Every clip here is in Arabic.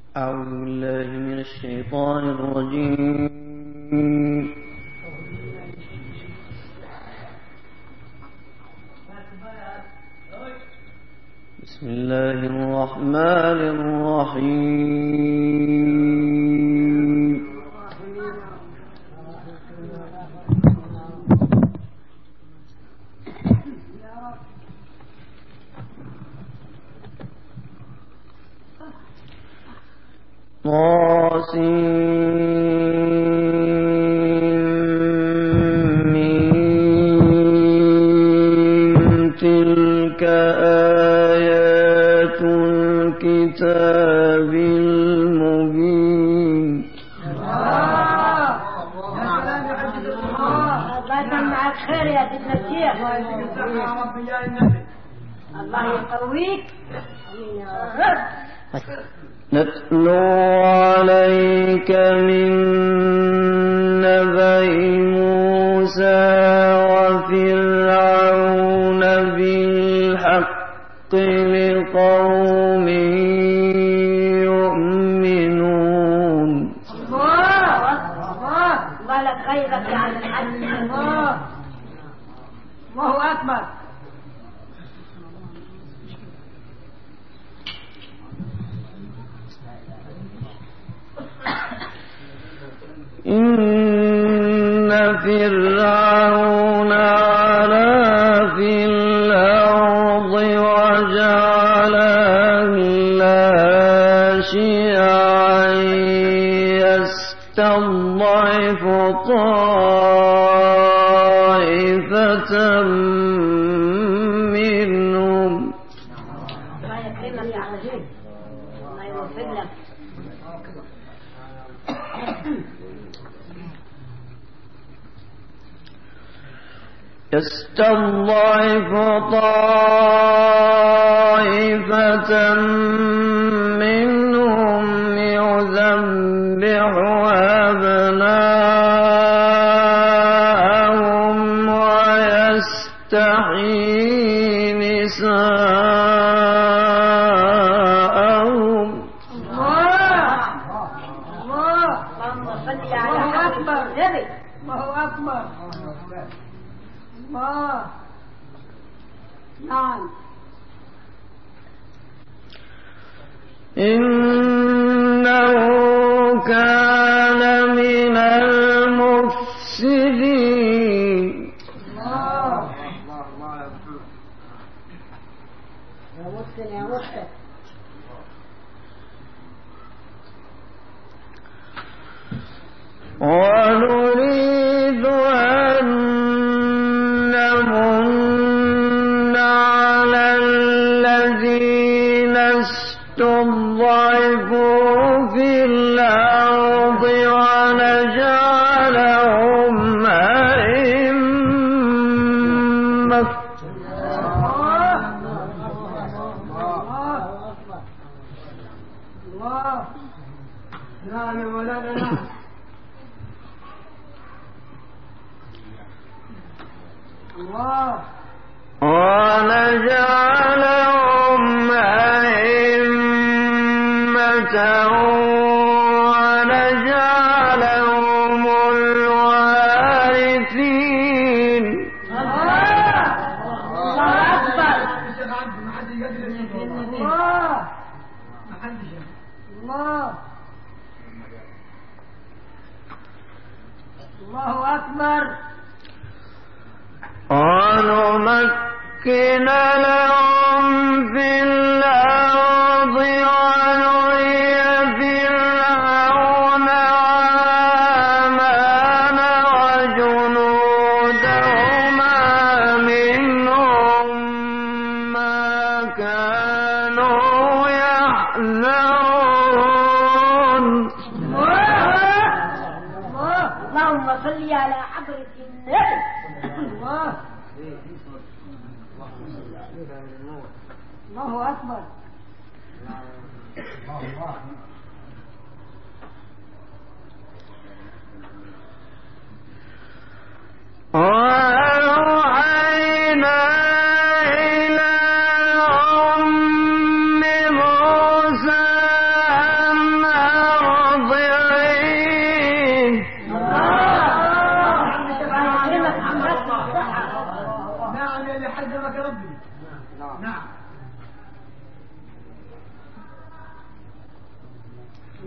أعوذ بالله من الشيطان الرجيم. بسم الله الرحمن الرحيم. تلك آيات الكتاب المبين. الله يسمعك خير يا سيدنا الشيخ. الله يقويك. نتلو عليك من نبأ موسى وفرعون بالحق لقوم يؤمنون. الله لك غيبك يا عم الحاج. الله أكبر. إن فرعون علا في الأرض وجعل أهلها شيعا يستضعف طائفة منهم. الله يكرمك يا عزيز. الله يوفق لك. يستضعف طائفة منهم يذبح أبناءهم ويستحيي نساءهم. اللهم صل على أكبر. الله أكبر. الله. نعم. إنه كان من المفسدين. يا مسلم يا مسلم. ونريد أن نمن على الذين استضعفوا في الأرض ونجعلهم أئمة. نعم يا مولانا. نعم. الله. ونجعلهم أئمة ونجعلهم الوارثين. الله أكبر. الله. الله أكبر. ونمكن لهم في الأرض ونري فرعون وهامان وجنودهما منهم ما كانوا يحذرون. اللهم صل على حضرة النبي. الله. الله أكبر. وأوحينا إلى أم موسى أن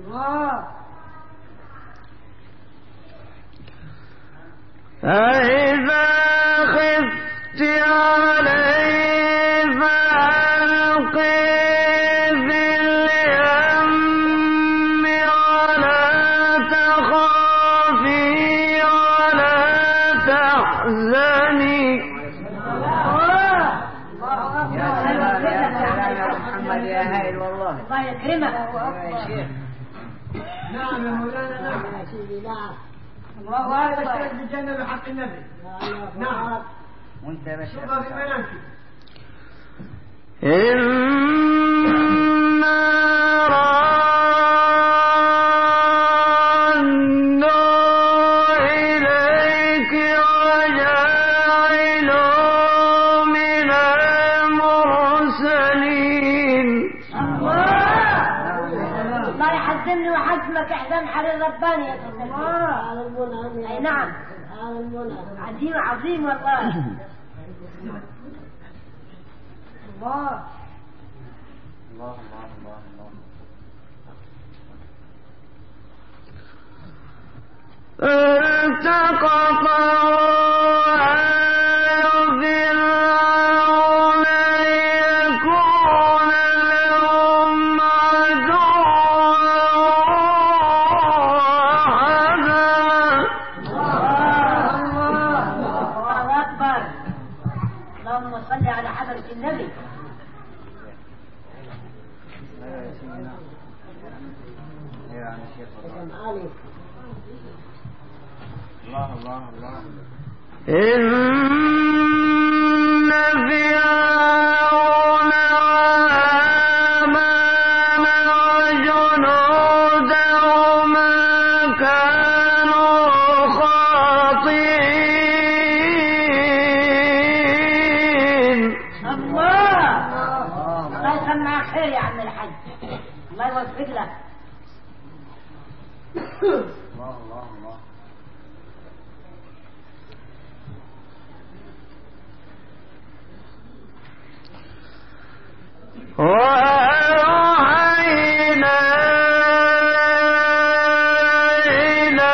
فإذا خفت عليه فألقي في اليم ولا تخافي ولا تحزني. محمد يا هايل والله الله يكرمك يا شيخ. نعم يا مولانا نعم يا سيدي نعم. الله أكبر بالجنة بحق النبي. نعم وانت يا باشا شوفها في منامك. إنا ردوا إليك وجاعلوا من المرسلين. الله يحزنني وحزمك احزان حرير رباني يا سيدي. اي نعم عظيم عظيم والله. الله الله الله الله الله. التقطه آل فرعون ليكون لهم عدوا وحزنا. الله اكبر. اللهم صل على حضرة النبي. الله الله الله. إن فرعون وهامان وجنودهما كانوا خاطئين. الله الله يسمع خير يا عم الحاج. الله يوفق لك. الله الله الله. وأوحينا إلى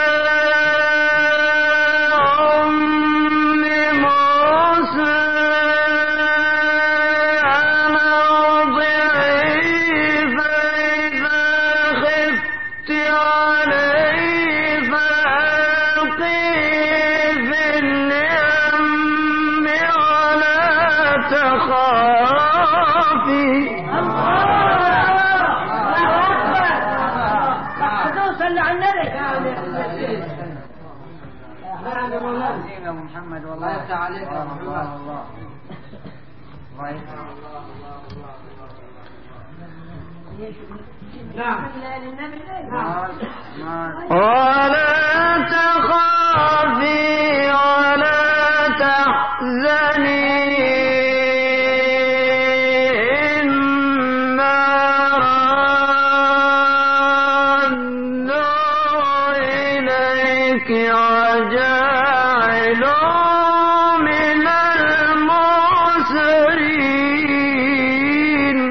أم موسى أن أرضعيه فإذا خفت عليه فألقيه في اليم ولا تخافي. عظيم يا محمد والله. الله يفتح عليك يا محمد. الله الله الله يفتح. نعم ولا تخافي ولا تحزني إنا ردوا إليك وجاعلوا من المرسلين.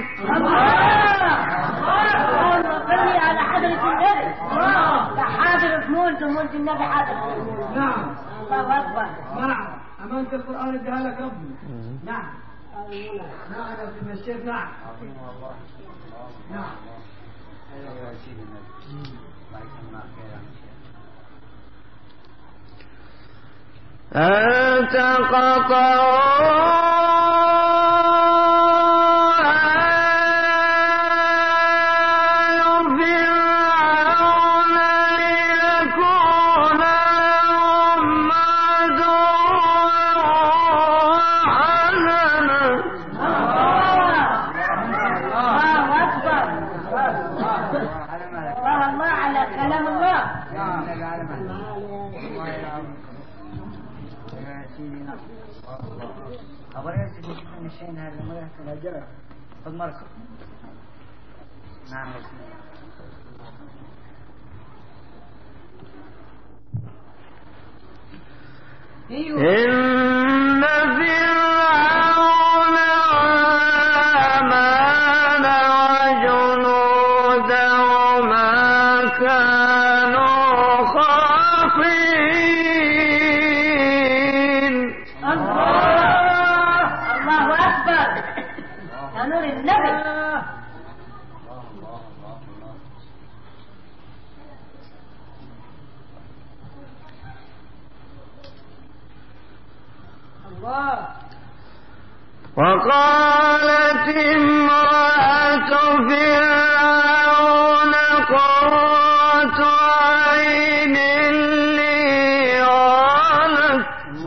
صلي على حضرة النبي. ده حاضر في مولد النبي حاضر. نعم الله أكبر. نعم أمانة القرآن ادها لك ربنا. نعم نعم يا سيدنا الشيخ. نعم عظيم والله. نعم ايوه يا سيدي النبي. الله يسمعك خير يا شيخ. الله على كلام الله. أبغى يرسل من الشيء هذا ما يحصل الجرس قد مرسل. نعم يا سيدي. إن فرعون وهامان وجنودهما الله. وقالت امرأة فرعون قرة عين لي ولك.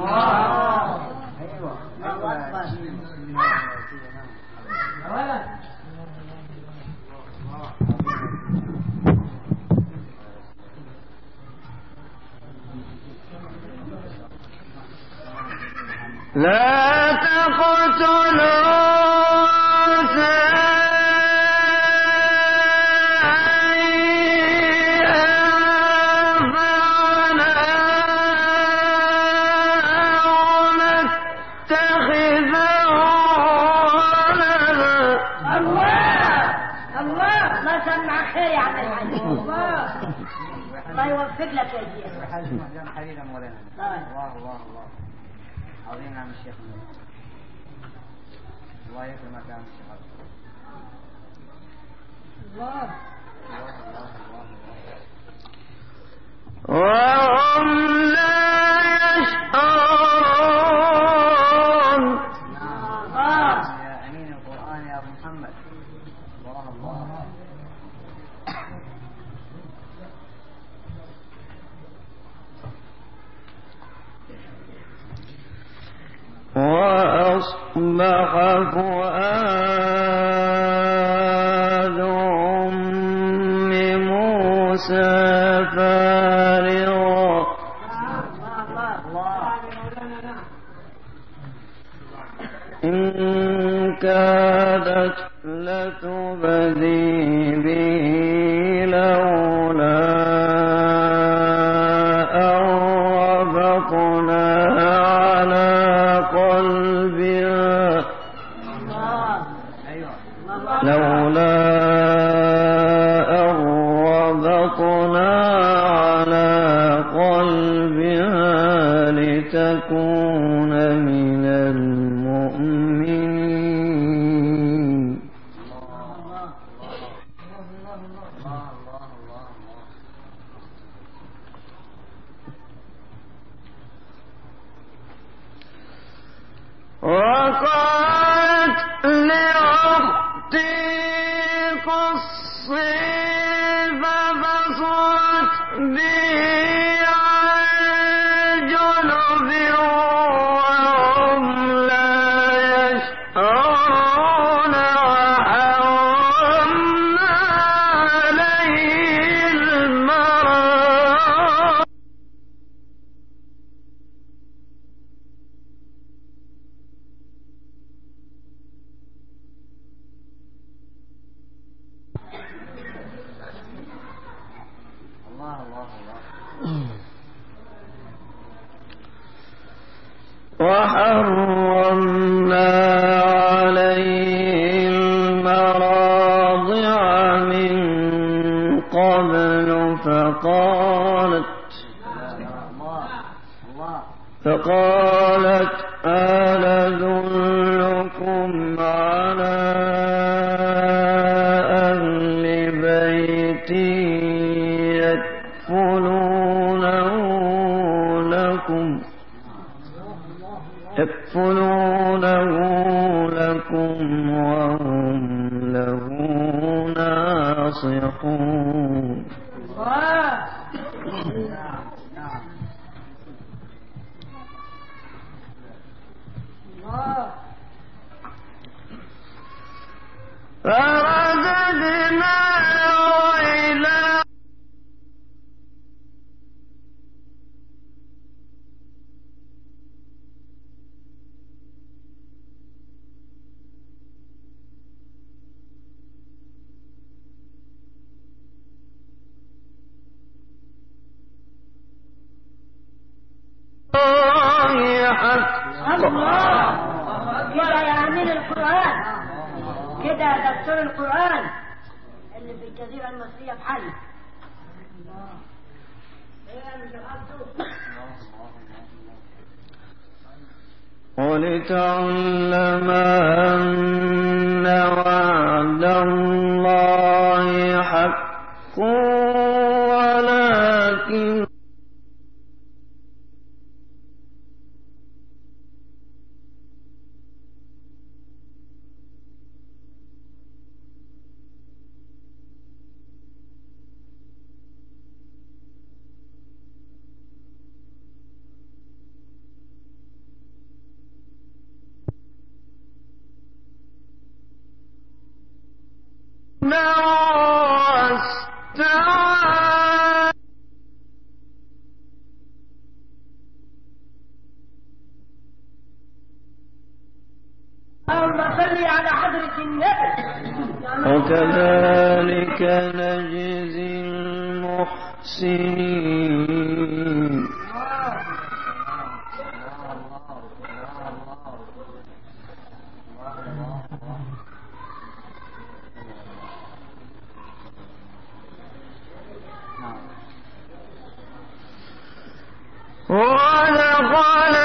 لا تقتلوا الله يوفق لك يا شيخ. حبيبا مولانا. الله الله الله عظيم. نعم الشيخ الله يكرمك يا الشيخ. الله وهم لا يشعرون. يا أمين القرآن يا أبو محمد. الله الله. وأصبح فؤاد أم موسى فارغا إن كادت لتبدي به لولا أن ربطنا على قلبها لولا أن ربطنا على قلبها لتكون من المؤمنين. وقالت لأختي قصي فبصرت بي عن جنب وهم لا يشعرون وحرمنا عليه المرأة الله الله الله. وحرمنا عليه المراضع من قبل فقالت هل أدلكم على أهل بيت يكفلونه لكم وهم له ناصحون. فرددناه إلى الله. كده يا أمين القرآن، كده دكتور القرآن اللي في الجزيرة المصرية بحل. ولتعلم أن وعد الله حق ولكن اللهم صل على حضرة النبي. وكذلك نجزي المحسنين ودخل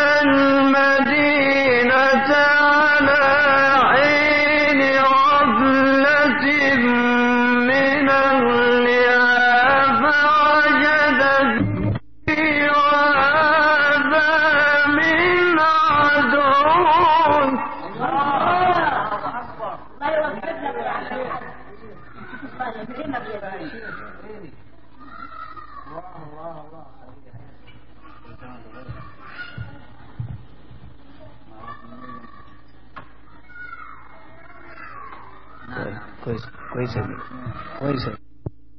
المدينة على حين غفلة من أهلها فوجد فيها من عدو الله يوفقك يا عم. الله يكرمك يا سيدي. كويس كويس كويس